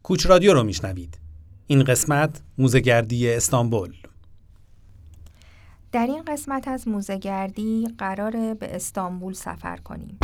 کوچ رادیو رو میشنوید. این قسمت موزه‌گردی استانبول. در این قسمت از موزه‌گردی قراره به استانبول سفر کنیم.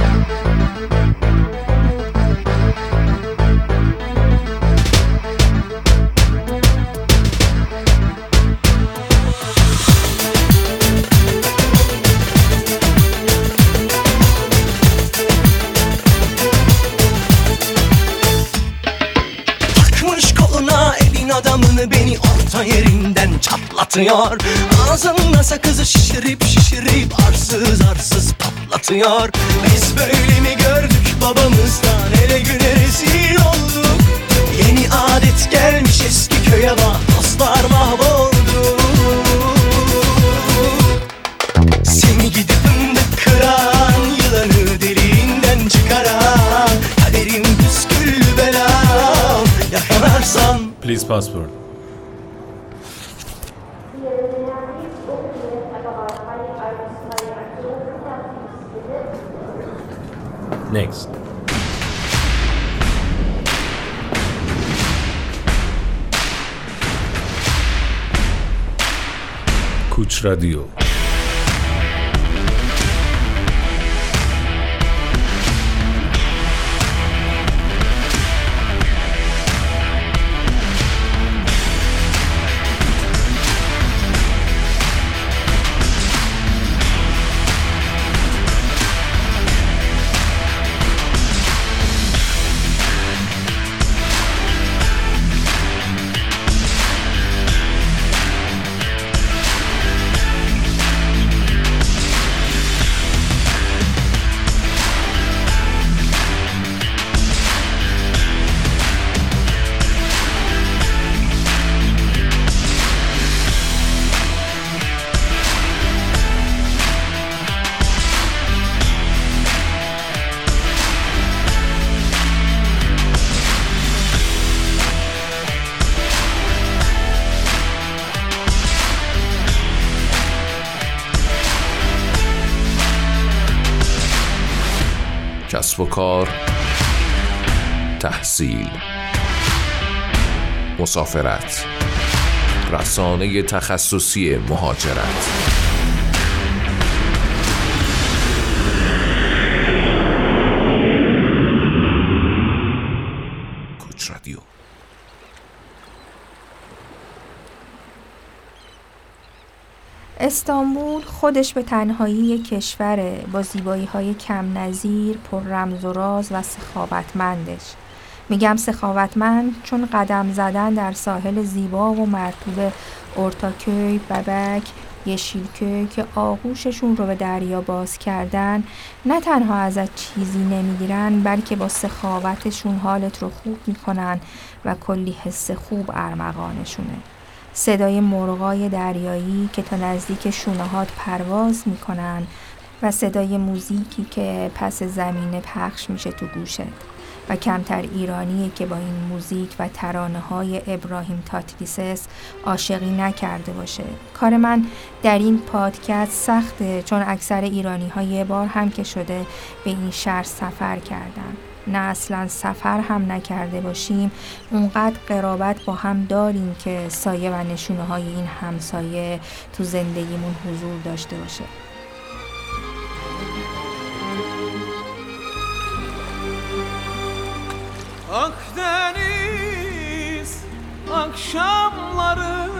Adamını beni orta yerinden çatlatıyor. Ağzında sakızı şişirip arsız patlatıyor. Biz böyle mi gördük babamızdan, ele güne rezil olduk. Yeni adet gelmiş eski köye bak, dostlar mahvoldu. Seni gidip fındık kıran, yılanı deliğinden çıkaran, kaderim püsküllü belam, yakalarsan. Please passport. Next. کوچ رادیو. کسب و کار، تحصیل، مسافرت، رسانه تخصصی مهاجرت. کوچ رادیو. استانبول خودش به تنهایی یک کشوره با زیبایی‌های کم نظیر، پر رمز و راز و سخاوتمندش. میگم سخاوتمند چون قدم زدن در ساحل زیبا و مرطوب اورتاköy، ببک، yeşilköy که آغوششون رو به دریا باز کردن، نه تنها ازت چیزی نمیگیرن بلکه با سخاوتشون حالت رو خوب میکنن و کلی حس خوب ارمغانشونه. صدای مرغای دریایی که تا نزدیک شونه‌هات پرواز میکنن و صدای موزیکی که پس زمینه پخش میشه تو گوشت و کمتر ایرانیه که با این موزیک و ترانه‌های ابراهیم تاتلیسس عاشقی نکرده باشه. کار من در این پادکست سخته چون اکثر ایرانی‌ها یه بار هم که شده به این شهر سفر کردن. نه اصلا سفر هم نکرده باشیم، اونقدر قرابت با هم داریم که سایه و نشونه های این همسایه تو زندگیمون حضور داشته باشه. Akdeniz akşamları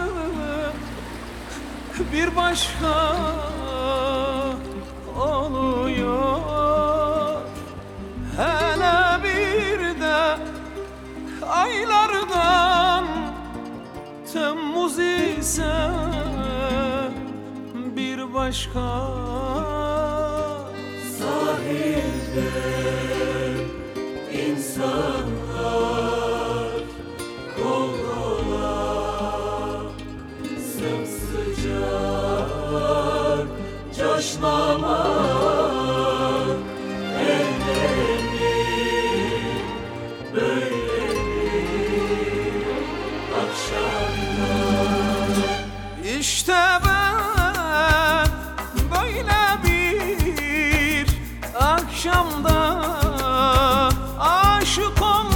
bir başka oluyor. Hele bir de aylardan Temmuz ise bir başka. Sahilde insanlar kol kola sımsıcak coşmamak ellerini böyledir akşamlar. İşte ben böyle bir akşamda aşık olmuşum.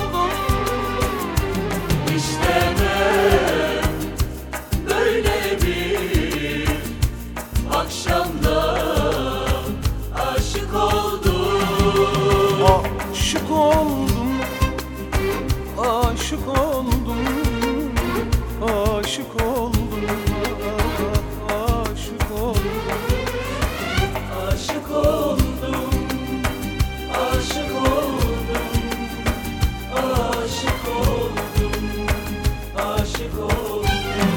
aşık oldum, aşık oldum, aşık oldum, aşık oldum, aşık oldum, aşık oldum, aşık oldum.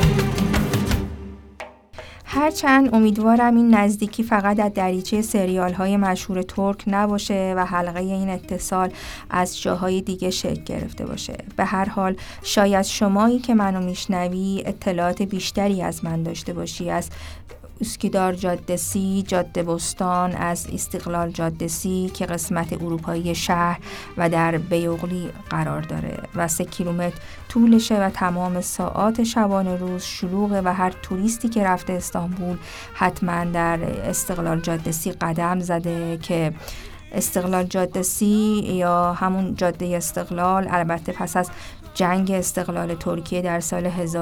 هرچند امیدوارم این نزدیکی فقط از دریچه سریال‌های مشهور ترک نباشه و حلقه این اتصال از جاهای دیگه شکل گرفته باشه. به هر حال شاید شمایی که منو میشنوی اطلاعات بیشتری از من داشته باشی از اسکیدار جاده‌سی، جاده بستان، از استقلال جاده‌سی که قسمت اروپایی شهر و در بیوقلی قرار داره و 3 کیلومتر طولشه و تمام ساعات شبانه روز شلوغه و هر توریستی که رفته استانبول حتما در استقلال جاده‌سی قدم زده که استقلال جاده‌سی یا همون جاده استقلال البته پس از جنگ استقلال ترکیه در سال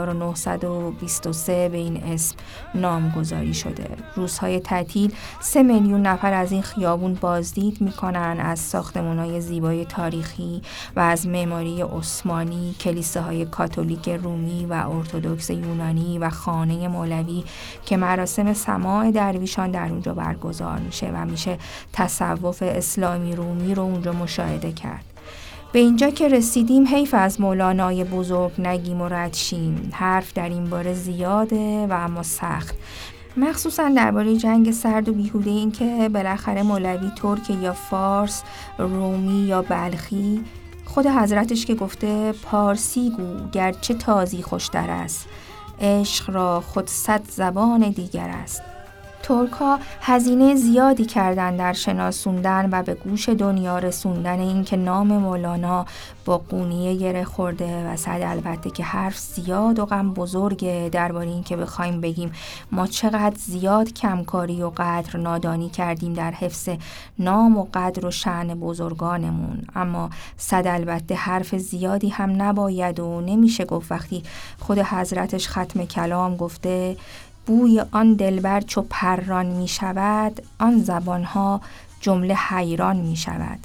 1923 به این اسم نامگذاری شده. روزهای تعطیل 3 میلیون نفر از این خیابون بازدید میکنن از ساختمان‌های زیبای تاریخی و از معماری عثمانی، کلیساهای کاتولیک رومی و ارتدوکس یونانی و خانه مولوی که مراسم سماع درویشان در اونجا برگزار میشه و میشه تصوف اسلامی رومی رو اونجا مشاهده کرد. به اینجا که رسیدیم حیف از مولانای بزرگ نگیم و رد شیم. حرف در این باره زیاده و اما سخت، مخصوصا درباره جنگ سرد و بیهوده این که بالاخره مولوی ترک یا فارس، رومی یا بلخی. خود حضرتش که گفته پارسی گو گرچه تازی خوشتر است، عشق را خود 100 زبان دیگر است. ترک ها هزینه زیادی کردن در شناسوندن و به گوش دنیا رسوندن این که نام مولانا با قونیه گره خورده و صد البته که حرف زیاد و غم بزرگه درباره این که بخوایم بگیم ما چقدر زیاد کمکاری و قدر نادانی کردیم در حفظ نام و قدر و شأن بزرگانمون، اما صد البته حرف زیادی هم نباید و نمیشه گفت وقتی خود حضرتش ختم کلام گفته بوی آن دلبر چو پران می شود، آن زبانها جمله حیران می شود.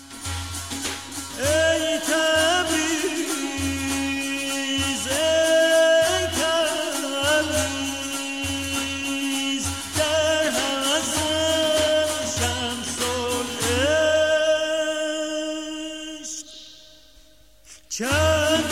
ای تبریز ای تبریز در حضرت شمس العشق چند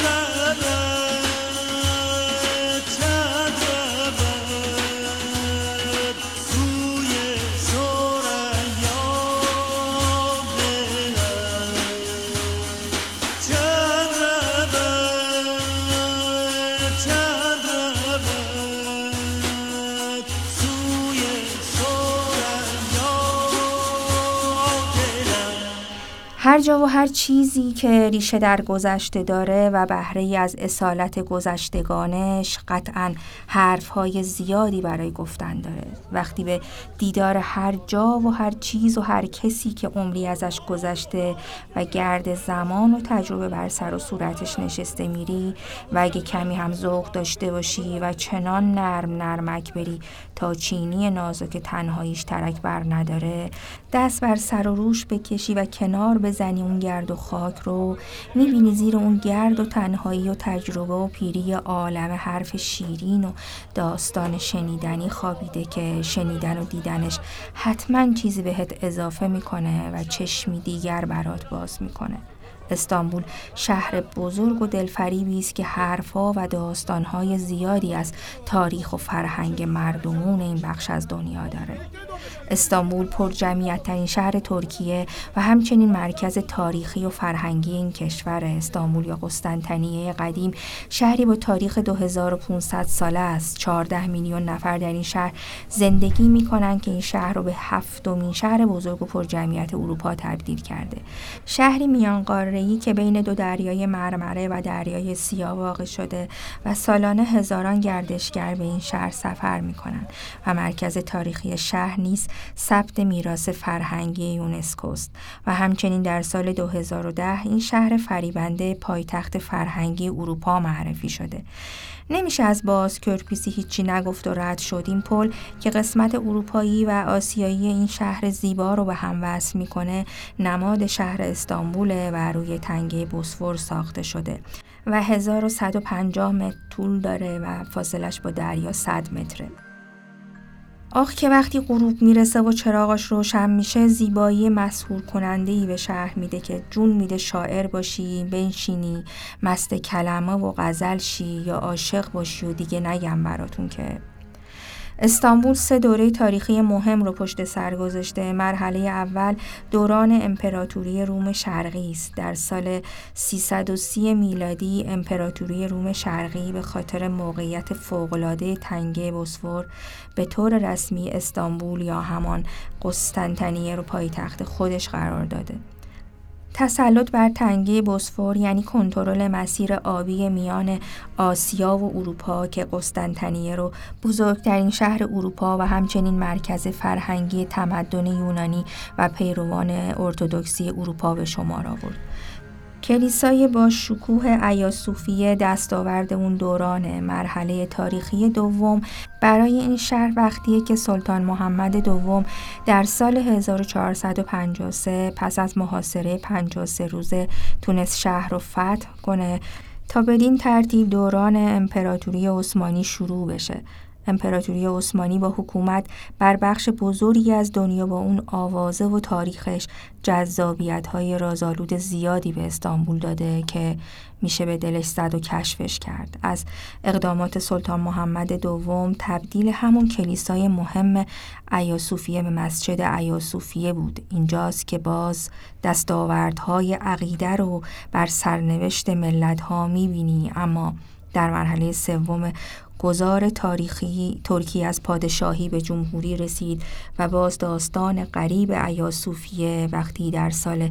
هر جا و هر چیزی که ریشه در گذشته داره و بهره‌ای از اصالت گذشتگانش قطعاً حرف‌های زیادی برای گفتن داره. وقتی به دیدار هر جا و هر چیز و هر کسی که عمری ازش گذشته و گرد زمان و تجربه بر سر و صورتش نشسته میری و اگه کمی هم ذوق داشته باشی و چنان نرمک بری تا چینی نازک تنهاییش ترک بر نداره، دست بر سر و روش بکشی و کنار بزنی اون گرد و خاک رو، میبینی زیر اون گرد و تنهایی و تجربه و پیری عالم حرف شیرین و داستان شنیدنی خوابیده که شنیدن و دیدنش حتما چیزی بهت اضافه میکنه و چشمی دیگر برات باز میکنه. استانبول شهر بزرگ و دلفریبی است که حرفا و داستانهای زیادی از تاریخ و فرهنگ مردمون این بخش از دنیا داره. استانبول پرجمعیت‌ترین شهر ترکیه و همچنین مرکز تاریخی و فرهنگی این کشور. استانبول یا قسطنطنیه قدیم شهری با تاریخ 2500 ساله است. 14 میلیون نفر در این شهر زندگی می‌کنند که این شهر رو به 7مین شهر بزرگ و پرجمعیت اروپا تبدیل کرده. شهری میانقاره‌ای که بین دو دریای مرمره و دریای سیاه واقع شده و سالانه هزاران گردشگر به این شهر سفر می‌کنند و مرکز تاریخی شهر نیز ثبت میراث فرهنگی یونسکو است و همچنین در سال 2010 این شهر فریبنده پایتخت فرهنگی اروپا معرفی شده. نمیشه از باز کرپیسی هیچی نگفت و رد شد. این پل که قسمت اروپایی و آسیایی این شهر زیبا رو به هم وصل میکنه نماد شهر استانبوله و روی روی تنگه بوسفور ساخته شده و 1150 متر طول داره و فاصلش با دریا 100 متره. آخ که وقتی غروب میرسه و چراغاش روشن میشه، زیبایی مسحور کننده‌ای به شهر میده که جون میده شاعر باشی، بنشینی مست کلمه و غزل شی یا عاشق باشی و دیگه نگم براتون که استانبول 3 دوره تاریخی مهم رو پشت سر گذاشته. مرحله اول دوران امپراتوری روم شرقی است. در سال 330 میلادی امپراتوری روم شرقی به خاطر موقعیت فوق‌العاده تنگه بوسفور به طور رسمی استانبول یا همان قسطنطنیه رو پایتخت خودش قرار داده. تسلط بر تنگه بوسفور یعنی کنترل مسیر آبی میان آسیا و اروپا که قسطنطنیه رو بزرگترین شهر اروپا و همچنین مرکز فرهنگی تمدن یونانی و پیروان ارتدوکسی اروپا به شمار آورد. کلیسای با شکوه آیا صوفیه دستاورد اون دوران. مرحله تاریخی دوم برای این شهر وقتیه که سلطان محمد دوم در سال 1453 پس از محاصره 53 روزه تونست شهر رو فتح کنه تا بدین ترتیب دوران امپراتوری عثمانی شروع بشه. امپراتوری عثمانی با حکومت بر بخش بزرگی از دنیا با اون آوازه و تاریخش جذابیت‌های رازآلود زیادی به استانبول داده که میشه به دلش زد و کشفش کرد. از اقدامات سلطان محمد دوم تبدیل همون کلیسای مهم آیا صوفیه به مسجد آیا صوفیه بود. اینجاست که باز دستاوردهای عقیده رو بر سرنوشت ملت‌ها میبینی. اما در مرحله سوم گذار تاریخی ترکیه از پادشاهی به جمهوری رسید و باز داستان غریب آیا صوفیه وقتی در سال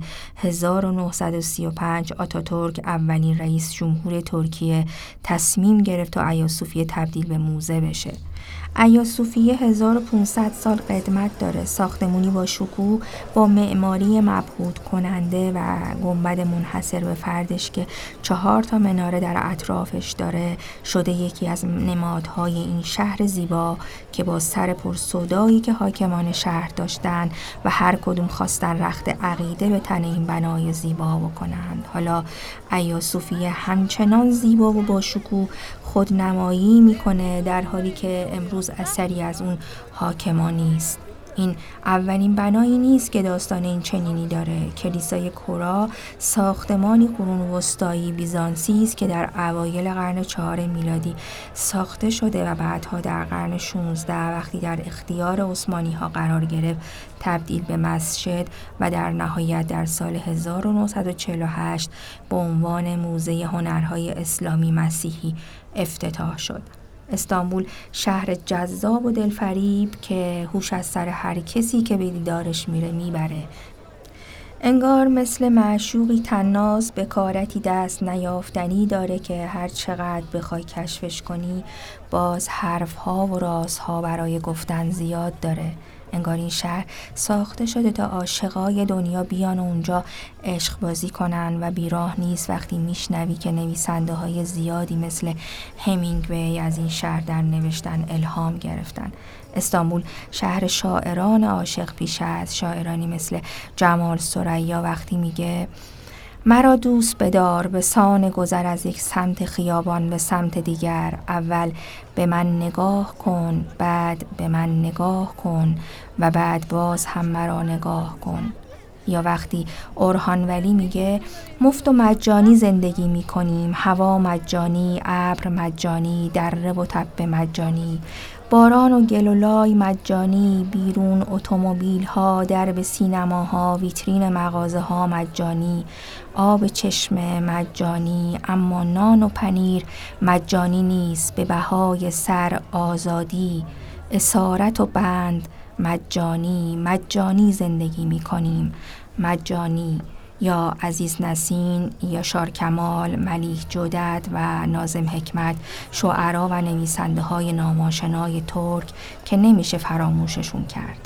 1935 آتاتورک اولین رئیس جمهور ترکیه تصمیم گرفت تا آیا صوفیه تبدیل به موزه بشه. آیا صوفیه 1500 سال قدمت داره، ساختمونی با شکوه با معماری مبهوت کننده و گنبد منحصر به فردش که 4 تا مناره در اطرافش داره شده یکی از نمادهای این شهر زیبا که با سر پرسودایی که حاکمان شهر داشتن و هر کدوم خواستن رخت عقیده به تن این بنای زیبا بکنند. حالا آیا صوفیه همچنان زیبا و با شکوه خودنمایی میکنه در حالی که امروز اثری از اون حاکمان نیست. این اولین بنایی نیست که داستان این چنینی داره. کلیسای کورا ساختمانی قرون وسطایی بیزانسی است که در اوایل قرن 4 میلادی ساخته شده و بعدها در قرن 16 وقتی در اختیار عثمانی ها قرار گرفت تبدیل به مسجد و در نهایت در سال 1948 به عنوان موزه هنرهای اسلامی مسیحی افتتاح شد. استانبول شهر جذاب و دلفریب که هوش از سر هر کسی که به دیدارش میره میبره. انگار مثل معشوقی طناز بکارتی دست نیافتنی داره که هر چقدر بخوای کشفش کنی باز حرفها و رازها برای گفتن زیاد داره. انگار این شهر ساخته شده تا عاشقای دنیا بیان و اونجا عشق بازی کنن و بیراه نیست وقتی میشنوی که نویسنده های زیادی مثل همینگوی از این شهر در نوشتن الهام گرفتن. استانبول شهر شاعران عاشق پیش از شاعرانی مثل جمال ثریا وقتی میگه مرا دوست بدار به سان گذر از یک سمت خیابان به سمت دیگر، اول به من نگاه کن بعد به من نگاه کن و بعد باز هم مرا نگاه کن. یا وقتی اورهان ولی میگه مفت و مجانی زندگی میکنیم، هوا مجانی، ابر مجانی، دره و تپه مجانی، باران و گل و لای مجانی، بیرون اتومبیل ها، درب سینماها، ویترین مغازه ها مجانی، آب چشمه مجانی، اما نان و پنیر مجانی نیست، به بهای سر آزادی، اسارت و بند مجانی، مجانی زندگی می کنیم، مجانی. یا عزیز نسین، یاشار کمال، ملیح جودت و ناظم حکمت، شعرا و نویسنده های ناماشنای ترک که نمیشه فراموششون کرد.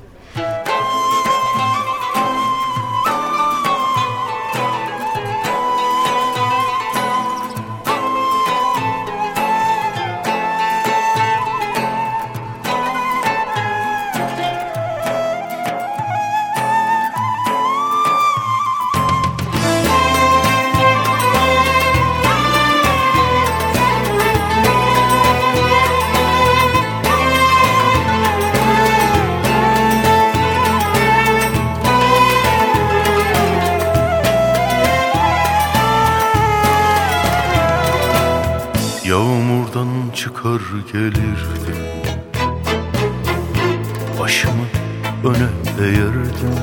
Yağmurdan çıkar gelirdim, başımı öne eğerdim.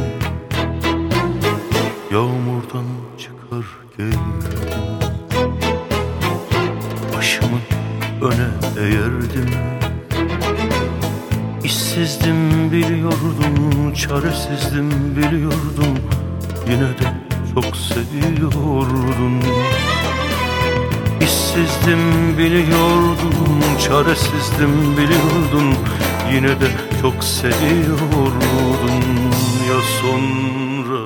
Yağmurdan çıkar gelirdim, başımı öne eğerdim. İşsizdim biliyordum, çaresizdim biliyordum, yine de çok seviyordum. İşsizdim biliyordum, çaresizdim biliyordum, yine de çok seviyordum. Ya sonra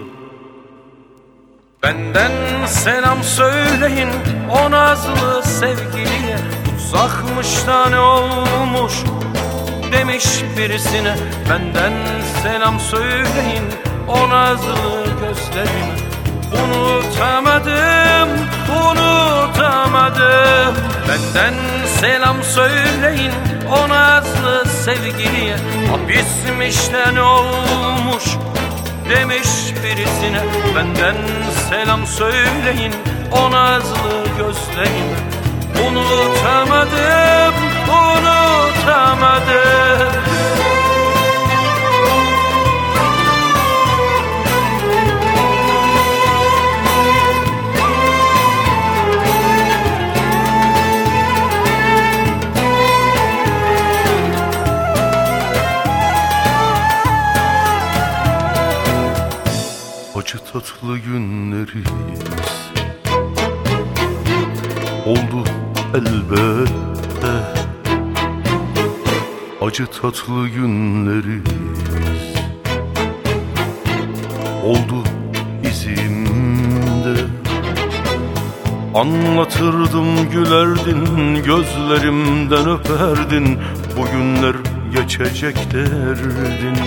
benden selam söyleyin o nazlı sevgiliye, uzakmış da ne olmuş demiş birisine. Benden selam söyleyin o nazlı gözlerine. Unutamadım, unutamadım. Benden selam söyleyin o nazlı sevgiliye, hapismiş de ne olmuş demiş birisine. Benden selam söyleyin o nazlı gözlerine. Unutamadım, unutamadım. acı tatlı günlerimiz oldu elbette. Acı tatlı günlerimiz oldu izimde. Anlatırdım gülerdin, gözlerimden öperdin, bugünler geçecek derdin.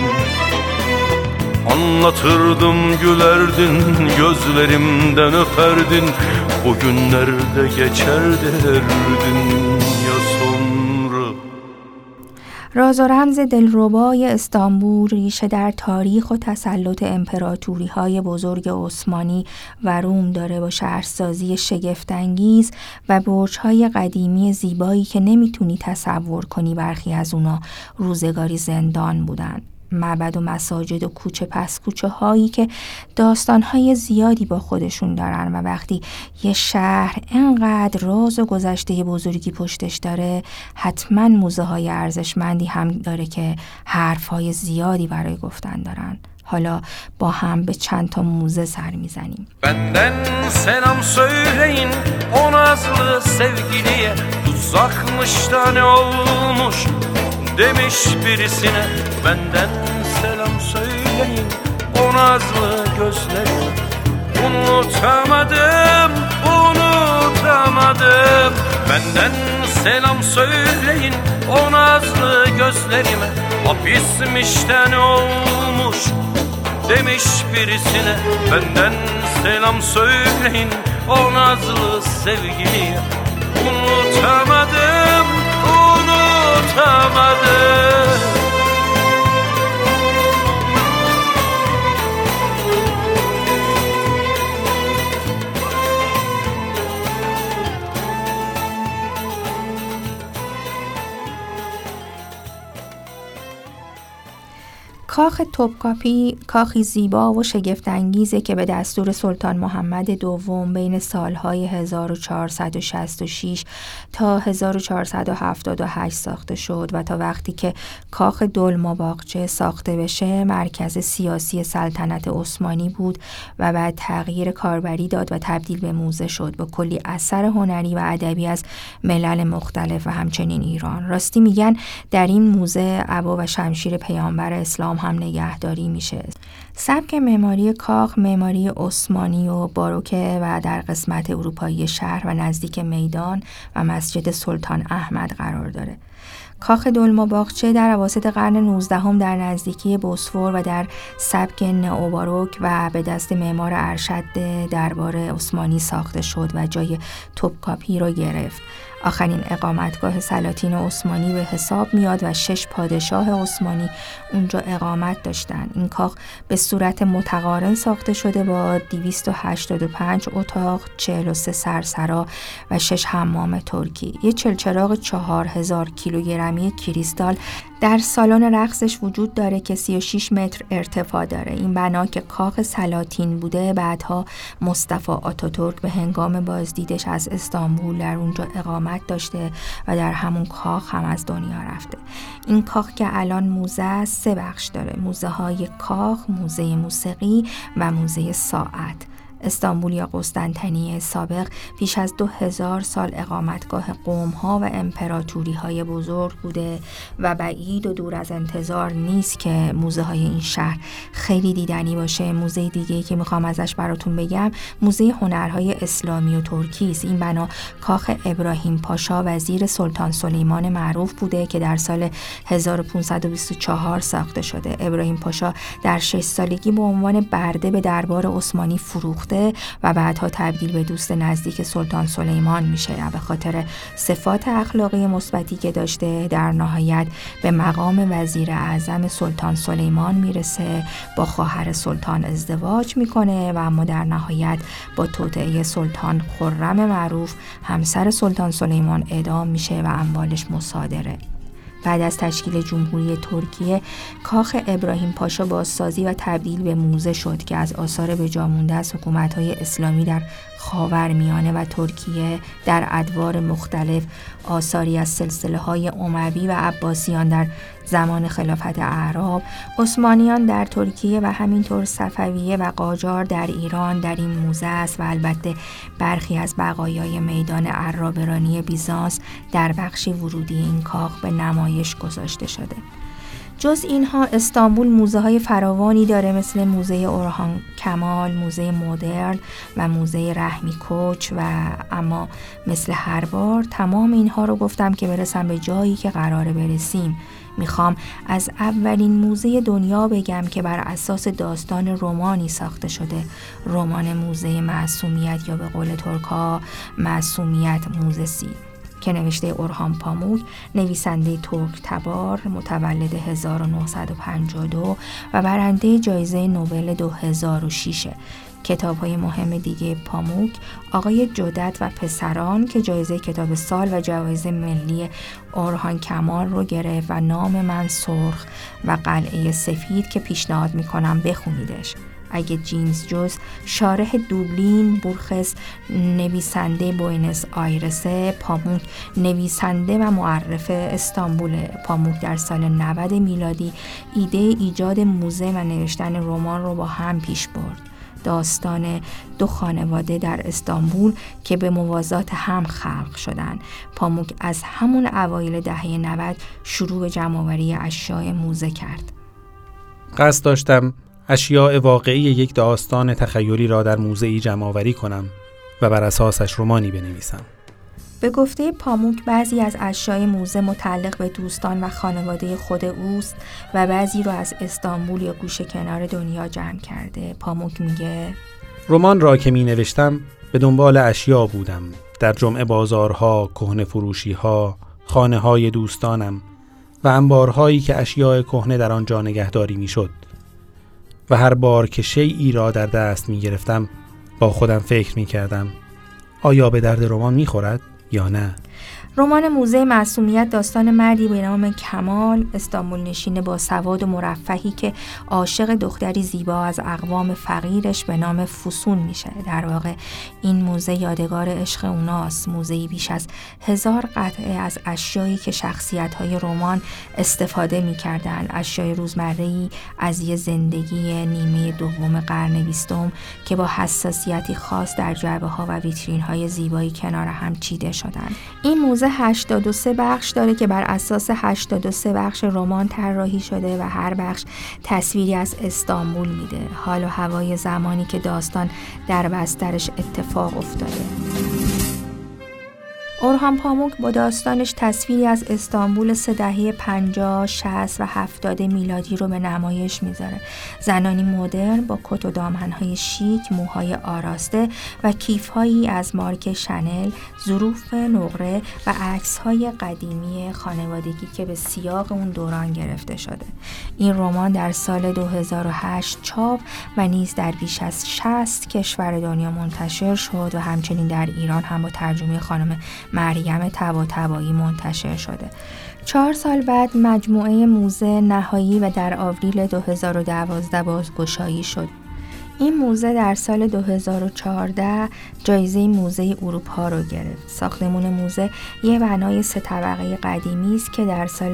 Anlatırdım gülerdin, gözlerimden öperdin, bugünler de geçer derdin. Ya sonra راز و رمز دلربای استانبول ریشه در تاریخ و تسلط امپراتوری‌های بزرگ عثمانی و روم داره، با شهرسازی شگفت‌انگیز و برج‌های قدیمی زیبایی که نمیتونی تصور کنی برخی از اونا روزگاری زندان بودن. معبد و مساجد و کوچه پس کوچه هایی که داستان‌های زیادی با خودشون دارن، و وقتی یه شهر اینقدر راز و گذشته بزرگی پشتش داره، حتما موزه های ارزشمندی هم داره که حرف‌های زیادی برای گفتن دارن. حالا با هم به چند تا موزه سر میزنیم. Benden selam söyleyin o nazlı sevgiliye, uzakmış da ne olmuş demiş birisine. Benden selam söyleyin o nazlı gözlerine. Unutamadım, unutamadım. Benden selam söyleyin o nazlı gözlerime, hapismiş de ne olmuş demiş birisine. Benden selam söyleyin o nazlı sevgiliye. Unutamadım, unutamadım. کاخ توپکاپی کاخی زیبا و شگفت‌انگیزه که به دستور سلطان محمد دوم بین سالهای 1466 تا 1478 ساخته شد و تا وقتی که کاخ دلمباغچه ساخته بشه مرکز سیاسی سلطنت عثمانی بود و بعد تغییر کاربری داد و تبدیل به موزه شد با کلی اثر هنری و ادبی از ملل مختلف و همچنین ایران. راستی میگن در این موزه عبا و شمشیر پیامبر اسلام هم نگهداری میشه. سبک معماری کاخ معماری عثمانی و باروکه و در قسمت اروپایی شهر و نزدیک میدان و مسجد سلطان احمد قرار داره. کاخ دلماباغچه در اواسط قرن 19 در نزدیکی بوسفور و در سبک نئوباروک و به دست معمار ارشد دربار عثمانی ساخته شد و جای توپکاپی را گرفت. آخرین اقامتگاه سلاطین عثمانی به حساب میاد و 6 پادشاه عثمانی اونجا اقامت داشتن. این کاخ به صورت متقارن ساخته شده با 285 اتاق، 43 سرسرا و 6 حمام ترکی. یه چلچراغ 4000 کیلوگرمی کریستال در سالن رقصش وجود داره که 36 متر ارتفاع داره. این بنا که کاخ سلاطین بوده، بعدها مصطفی آتاتورک به هنگام بازدیدش از استانبول در اونجا اقامت داشته و در همون کاخ هم از دنیا رفته. این کاخ که الان موزه است 3 بخش داره: موزه های کاخ، موزه موسیقی و موزه ساعت. استانبول یا قسطنطنیه سابق پیش از 2000 سال اقامتگاه قوم‌ها و امپراتوری‌های بزرگ بوده و بعید و دور از انتظار نیست که موزه های این شهر خیلی دیدنی باشه. موزه دیگه‌ای که میخوام ازش براتون بگم موزه هنرهای اسلامی و ترکی است. این بنا کاخ ابراهیم پاشا وزیر سلطان سلیمان معروف بوده که در سال 1524 ساخته شده. ابراهیم پاشا در 6 سالگی به عنوان برده به دربار عثمانی فروخته و بعدها تبدیل به دوست نزدیک سلطان سلیمان میشه و به خاطر صفات اخلاقی مثبتی که داشته در نهایت به مقام وزیر اعظم سلطان سلیمان میرسه، با خواهر سلطان ازدواج میکنه و اما در نهایت با توطئه سلطان خرم معروف همسر سلطان سلیمان اعدام میشه و اموالش مصادره. بعد از تشکیل جمهوری ترکیه کاخ ابراهیم پاشا بازسازی و تبدیل به موزه شد که از آثار به جا مونده از حکومت‌های اسلامی در خاورمیانه و ترکیه در ادوار مختلف، آثاری از سلسله‌های اموی و عباسیان در زمان خلافت اعراب، عثمانیان در ترکیه و همینطور صفویه و قاجار در ایران در این موزه است و البته برخی از بقایای میدان عرابرانی بیزانس در بخش ورودی این کاخ به نمایش گذاشته شده. جز اینها استانبول موزه های فراوانی داره مثل موزه اورهان کمال، موزه مدرن و موزه رحمی کوچ و اما مثل هر بار تمام اینها رو گفتم که برسم به جایی که قراره برسیم. میخوام از اولین موزه دنیا بگم که بر اساس داستان رمانی ساخته شده، رمان موزه معصومیت یا به قول ترک‌ها معصومیت موزسی که نوشته اورهان پاموک، نویسنده ترک تبار، متولد 1952 و برنده جایزه نوبل 2006. کتاب‌های مهم دیگه پاموک، آقای جودت و پسران که جایزه کتاب سال و جوایز ملی اورهان کمال رو گرفت و نام من سرخ و قلعه سفید که پیشنهاد میکنم بخونیدش. اگه جیمز جویس شارح دوبلین، بورخس نویسنده بوینس آیرسه، پاموک نویسنده و معرف استانبول. پاموک در سال 90 میلادی ایده ایجاد موزه و نوشتن رمان رو با هم پیش برد. داستان 2 خانواده در استانبول که به موازات هم خلق شدن. پاموک از همون اوایل دهه 90 شروع به جمع‌آوری اشیاء موزه کرد. قصد داشتم اشیاء واقعی یک داستان تخیلی را در موزه‌ای جمع‌آوری کنم و بر اساسش رمانی بنویسم. به گفته پاموک بعضی از اشیاء موزه متعلق به دوستان و خانواده خود اوست و بعضی رو از استانبول یا گوشه کنار دنیا جمع کرده. پاموک میگه رمان را که می نوشتم به دنبال اشیاء بودم، در جمعه بازارها، کهنه فروشیها، خانه‌های دوستانم و انبارهایی که اشیاء کهنه در آنجا نگهداری میشد. و هر بار که شیئی را در دست می گرفتم با خودم فکر می کردم آیا به درد رمان می خورد یا نه؟ رمان موزه معصومیت داستان مردی به نام کمال، استانبول نشین با سواد و مرفهی که عاشق دختری زیبا از اقوام فقیرش به نام فسون میشه. در واقع این موزه یادگار عشق اوناست. موزه‌ای بیش از 1000 قطعه از اشیایی که شخصیت‌های رمان استفاده می‌کردند، اشیای روزمره‌ای از یه زندگی نیمه دوم قرن 20 که با حساسیتی خاص در جعبه‌ها و ویترین‌های زیبایی کنار هم چیده شدند. این موزه 83 بخش داره که بر اساس 83 بخش رمان طراحی شده و هر بخش تصویری از استانبول میده، حال و هوای زمانی که داستان در بسترش اتفاق افتاده. اورهان پاموک با داستانش تصویری از استانبول سه دهه 50، 60 و 70 میلادی رو به نمایش میذاره. زنانی مدرن با کت و دامنهای شیک، موهای آراسته و کیفهایی از مارک شنل، ظروف نقره و عکسهای قدیمی خانوادگی که به سیاق اون دوران گرفته شده. این رمان در سال 2008 چاپ و نیز در بیش از 60 کشور دنیا منتشر شد و همچنین در ایران هم با ترجمه خانم مریم طباطبایی منتشر شده. 4 سال بعد مجموعه موزه نهایی و در آوریل 2012 بازگشایی شد. این موزه در سال 2014 جایزه موزه اروپا رو گرفت. ساختمان موزه یه بنای 3 طبقه قدیمی است که در سال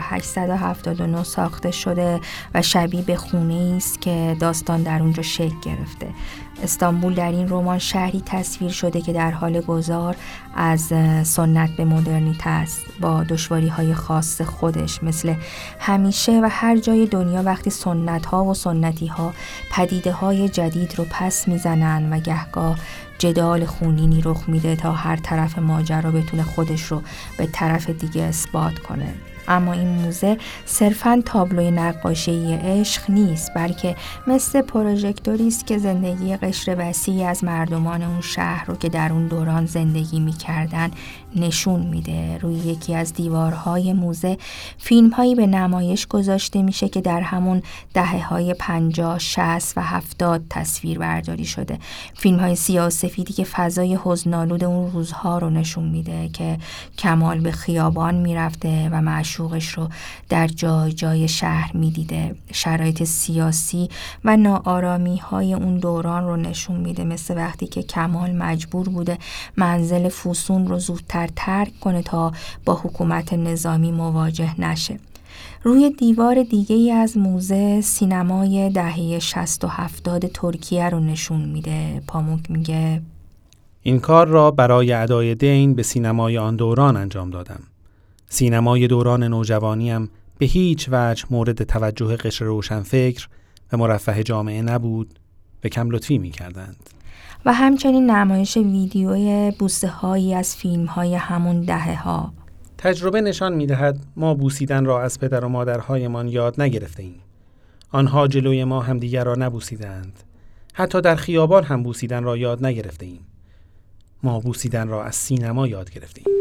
1879 ساخته شده و شبیه به خونه‌ای است که داستان در اونجا شکل گرفته. استانبول در این رمان شهری تصویر شده که در حال گذار از سنت به مدرنیته است، با دشواری‌های خاص خودش. مثل همیشه و هر جای دنیا وقتی سنت‌ها و سنتی‌ها پدیده‌های جدید رو پس میزنن و گهگاه جدال خونینی رخ میده تا هر طرف ماجرا بتونه خودش رو به طرف دیگه اثبات کنه. اما این موزه صرفاً تابلوی نقاشی عشق نیست، بلکه مثل پروژکتوری است که زندگی قشر وسیعی از مردمان اون شهر رو که در اون دوران زندگی می‌کردن نشون میده. روی یکی از دیوارهای موزه فیلم‌هایی به نمایش گذاشته میشه که در همون دهه‌های 50، 60 و 70 تصویر برداری شده. فیلم‌های سیاه و سفیدی که فضای حزن‌آلود اون روزها رو نشون میده که کمال به خیابان میرفته و معشوقش رو در جای جای شهر میدیده. شرایط سیاسی و ناآرامی‌های اون دوران رو نشون میده، مثل وقتی که کمال مجبور بوده منزل فوسون رو زودتر ترک کنه تا با حکومت نظامی مواجه نشه. روی دیوار دیگه‌ای از موزه سینمای دهه 60 و 70 ترکیه رو نشون میده. پاموک میگه این کار را برای ادای دین به سینمای آن دوران انجام دادم. سینمای دوران نوجوانیم به هیچ وجه مورد توجه قشر روشنفکر و مرفه جامعه نبود و کم لطفی می کردند. و همچنین نمایش ویدیوی بوسه هایی از فیلم های همون دهه ها. تجربه نشان می دهد ما بوسیدن را از پدر و مادرهایمان یاد نگرفته ایم. آنها جلوی ما همدیگر را نبوسیدند. حتی در خیابان هم بوسیدن را یاد نگرفته ایم. ما بوسیدن را از سینما یاد گرفته ایم.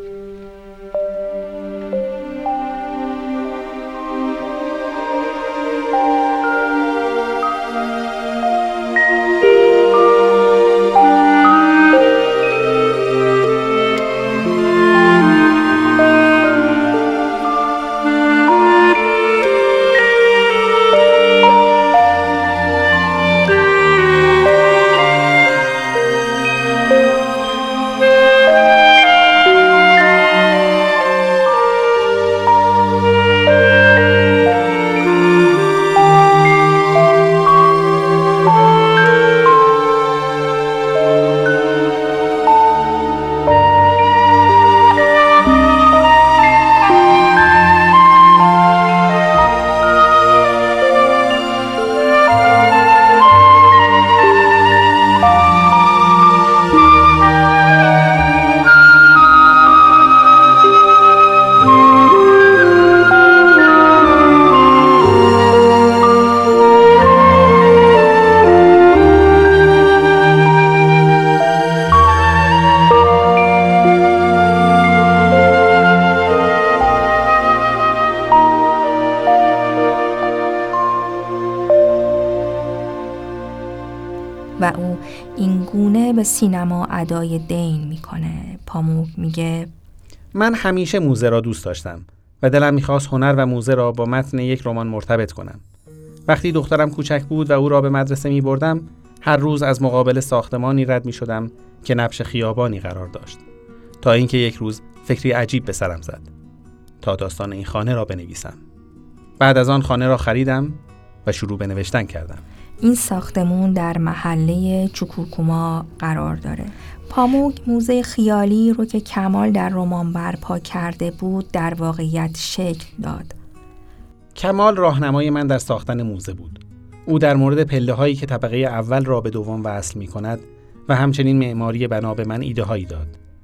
و او این گونه به سینما ادای دین میکنه. پاموک میگه من همیشه موزه را دوست داشتم و دلم میخواست هنر و موزه را با متن یک رمان مرتبط کنم. وقتی دخترم کوچک بود و او را به مدرسه میبردم، هر روز از مقابل ساختمانی رد میشدم که نبش خیابانی قرار داشت، تا اینکه یک روز فکری عجیب به سرم زد تا داستان این خانه را بنویسم. بعد از آن خانه را خریدم و شروع به نوشتن کردم. این ساختمون در محله چوکورکوما قرار داره. پاموک موزه خیالی رو که کمال در رمان برپا کرده بود در واقعیت شکل داد. کمال راهنمای من در ساختن موزه بود. او در مورد پله‌هایی که طبقه اول را به دوم وصل می‌کند و همچنین معماری بنا به من ایده هایی داد.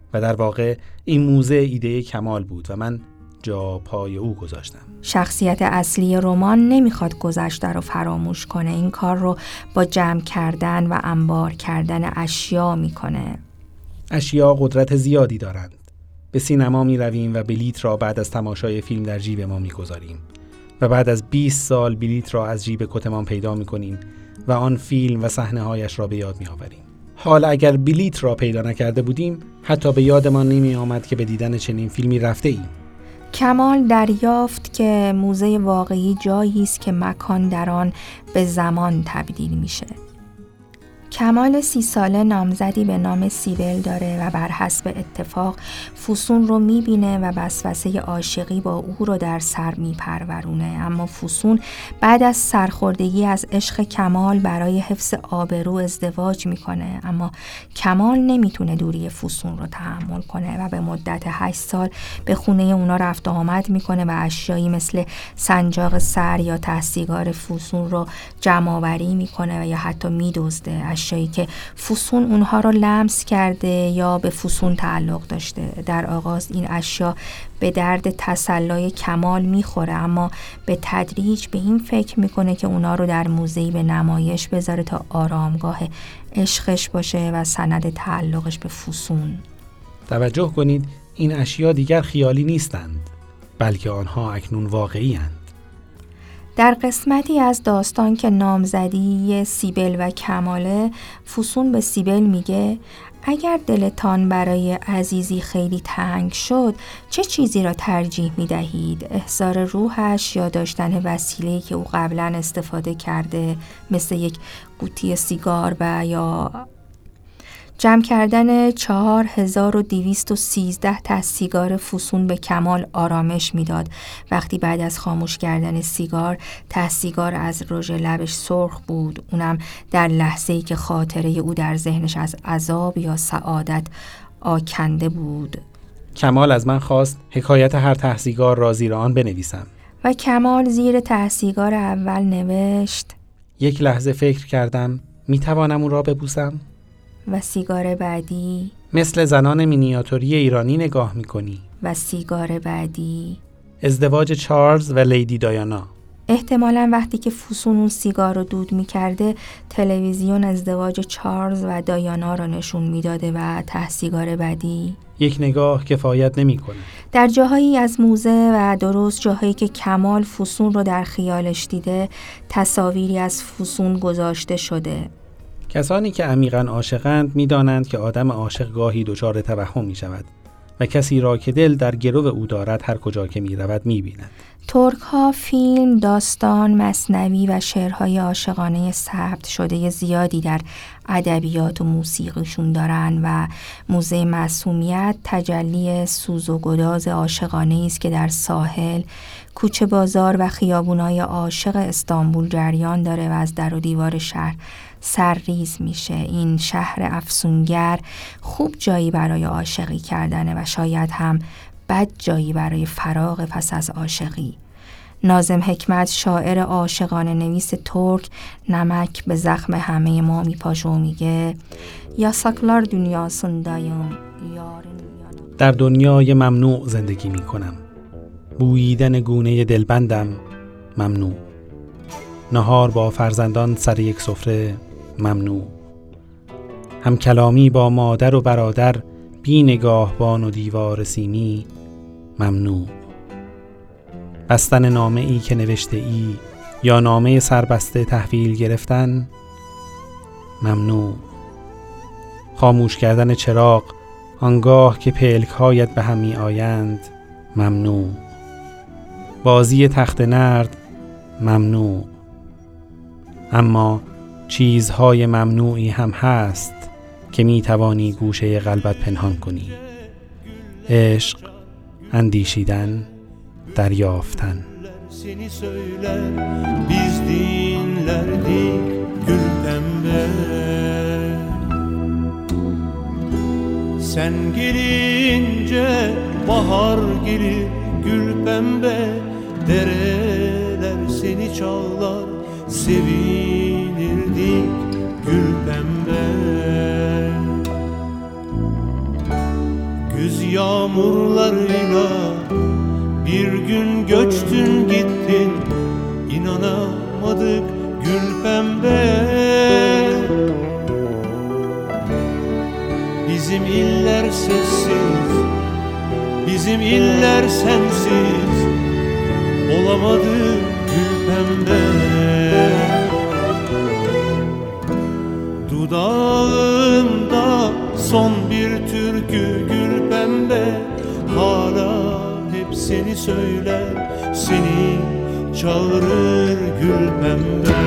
و در واقع این موزه ایده کمال بود و من جا پای او گذاشتم. شخصیت اصلی رمان نمیخواد گذشته رو فراموش کنه. این کار رو با جمع کردن و انبار کردن اشیا میکنه. اشیا قدرت زیادی دارند. به سینما می رویم و بلیت را بعد از تماشای فیلم در جیب ما می گذاریم و بعد از 20 سال بلیت را از جیب کتمان پیدا می کنیم و آن فیلم و صحنه هایش را به یاد می آوریم. حال اگر بلیت را پیدا نکرده بودیم حتی به یادمان نمی آمد که به دیدن چنین فیلمی رفته ایم. کمال دریافت که موزه واقعی جایی است که مکان در آن به زمان تبدیل میشه. کمال 30 ساله نامزدی به نام سیبل داره و بر حسب اتفاق فسون رو میبینه و وسوسه عاشقی با او رو در سر میپرورونه. اما فسون بعد از سرخوردگی از عشق کمال برای حفظ آبرو ازدواج میکنه، اما کمال نمیتونه دوری فسون رو تحمل کنه و به مدت 8 سال به خونه اونا رفت و آمد میکنه و اشیایی مثل سنجاق سر یا تحصیگار فسون رو جمع آوری میکنه و یا حتی میدزده، اشیایی که فسون اونها رو لمس کرده یا به فسون تعلق داشته. در آغاز این اشیا به درد تسلای کمال میخوره، اما به تدریج به این فکر میکنه که اونا رو در موزه‌ای به نمایش بذاره تا آرامگاه عشقش باشه و سند تعلقش به فسون. توجه کنید این اشیا دیگر خیالی نیستند، بلکه آنها اکنون واقعی هستند. در قسمتی از داستان که نامزدی سیبل و کماله، فسون به سیبل میگه اگر دلتان برای عزیزی خیلی تنگ شد چه چیزی را ترجیح میدهید؟ احضار روحش یا داشتن وسیله‌ای که او قبلا استفاده کرده مثل یک قوطی سیگار و یا جمع کردن 4213 تا سیگار فسون به کمال آرامش میداد. وقتی بعد از خاموش کردن سیگار سیگار از رژ لبش سرخ بود، اونم در لحظه‌ای که خاطره او در ذهنش از عذاب یا سعادت آکنده بود. کمال از من خواست حکایت هر سیگار را زیر آن بنویسم و کمال زیر سیگار اول نوشت یک لحظه فکر کردم میتوانم اون را ببوسم؟ و سیگار بعدی مثل زنان مینیاتوری ایرانی نگاه میکنی. و سیگار بعدی ازدواج چارلز و لیدی دایانا. احتمالاً وقتی که فسون اون سیگار رو دود میکرده تلویزیون ازدواج چارلز و دایانا رو نشون میداده و سیگار بعدی یک نگاه کفایت نمیکنه. در جاهایی از موزه و درست جاهایی که کمال فسون رو در خیالش دیده تصاویری از فسون گذاشته شده. کسانی که عمیقاً عاشقند می‌دانند که آدم عاشق گاهی دچار توهم می‌شود و کسی را که دل در گرو او دارد هر کجا که می‌رود می‌بیند. ترک‌ها فیلم، داستان، مثنوی و شعرهای عاشقانه ثبت شده زیادی در ادبیات و موسیقیشون دارن و موزه معصومیت تجلی سوز و گداز عاشقانه است که در ساحل، کوچه بازار و خیابونای عاشق استانبول جریان داره و از در و دیوار شهر سرریز میشه. این شهر افسونگر خوب جایی برای عاشقی کردنه و شاید هم بد جایی برای فراغ پس از عاشقی. ناظم حکمت شاعر عاشقانه نویس ترک نمک به زخم همه ما میپاشه و میگه یاساکلار dünyasındayım در دنیای ممنوع زندگی میکنم. بوییدن گونه دلبندم ممنوع. نهار با فرزندان سر یک سفره ممنوع. هم کلامی با مادر و برادر بی نگاهبان و دیوار سیمی ممنوع. بستن نامه ای که نوشته ای یا نامه سربسته تحویل گرفتن ممنوع. خاموش کردن چراغ آنگاه که پلک هایت به هم می آیند ممنوع. بازی تخت نرد ممنوع. اما چیزهای ممنوعی هم هست که می توانی گوشه قلبت پنهان کنی. عشق، اندیشیدن، دریافتن. Seni söyler biz dinlerdik gül pembe. Sen gelince bahar gelir gül pembe. Dereler seni çağlar sevinirdik gül pembe. yağmurlarıyla bir gün göçtün gittin, inanamadık gül pembe. Bizim iller sessiz, bizim iller sensiz, olamadı gül pembe. Dudağımda son bir türkü gül pembe, hala hep seni söyler, seni çağırır gül pembe.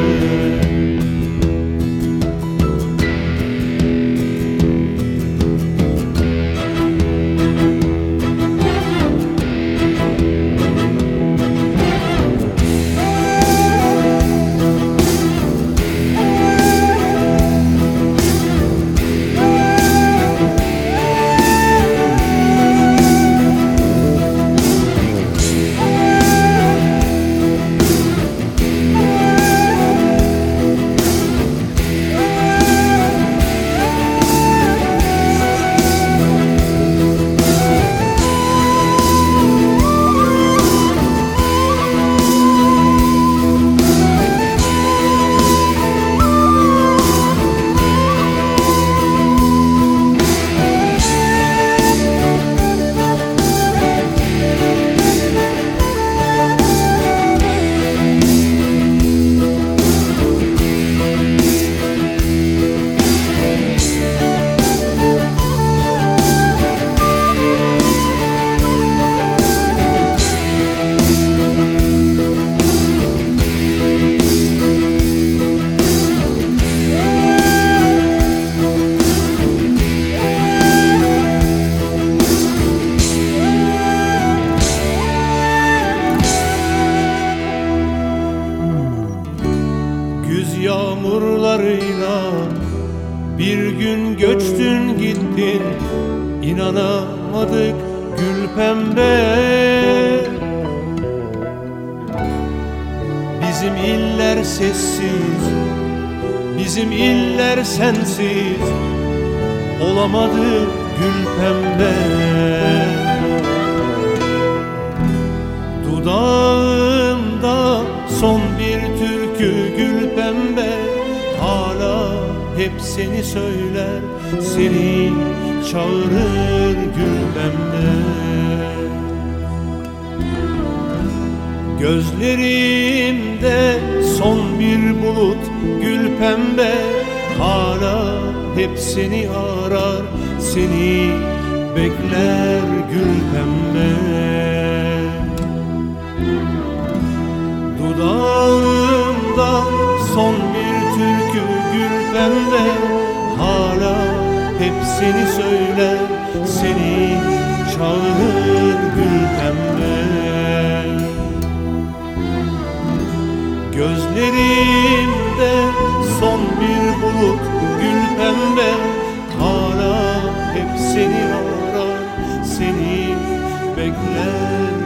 Yağmurlarıyla bir gün göçtün gittin, inanamadık gül pembe. Bizim iller sessiz, bizim iller sensiz, olamadı gül pembe. Dudağımda son bir türkü gül pembe, hala hep seni söyler, seni çağırır gül pembe. Gözlerimde son bir bulut gül pembe, hala hep seni arar, seni bekler gül pembe. Dudağımda son bir türkü gül pembe, hala hep seni söyler, seni çağırır gül pembe. Gözlerimde son bir bulut gül pembe, hala hep seni arar, seni bekler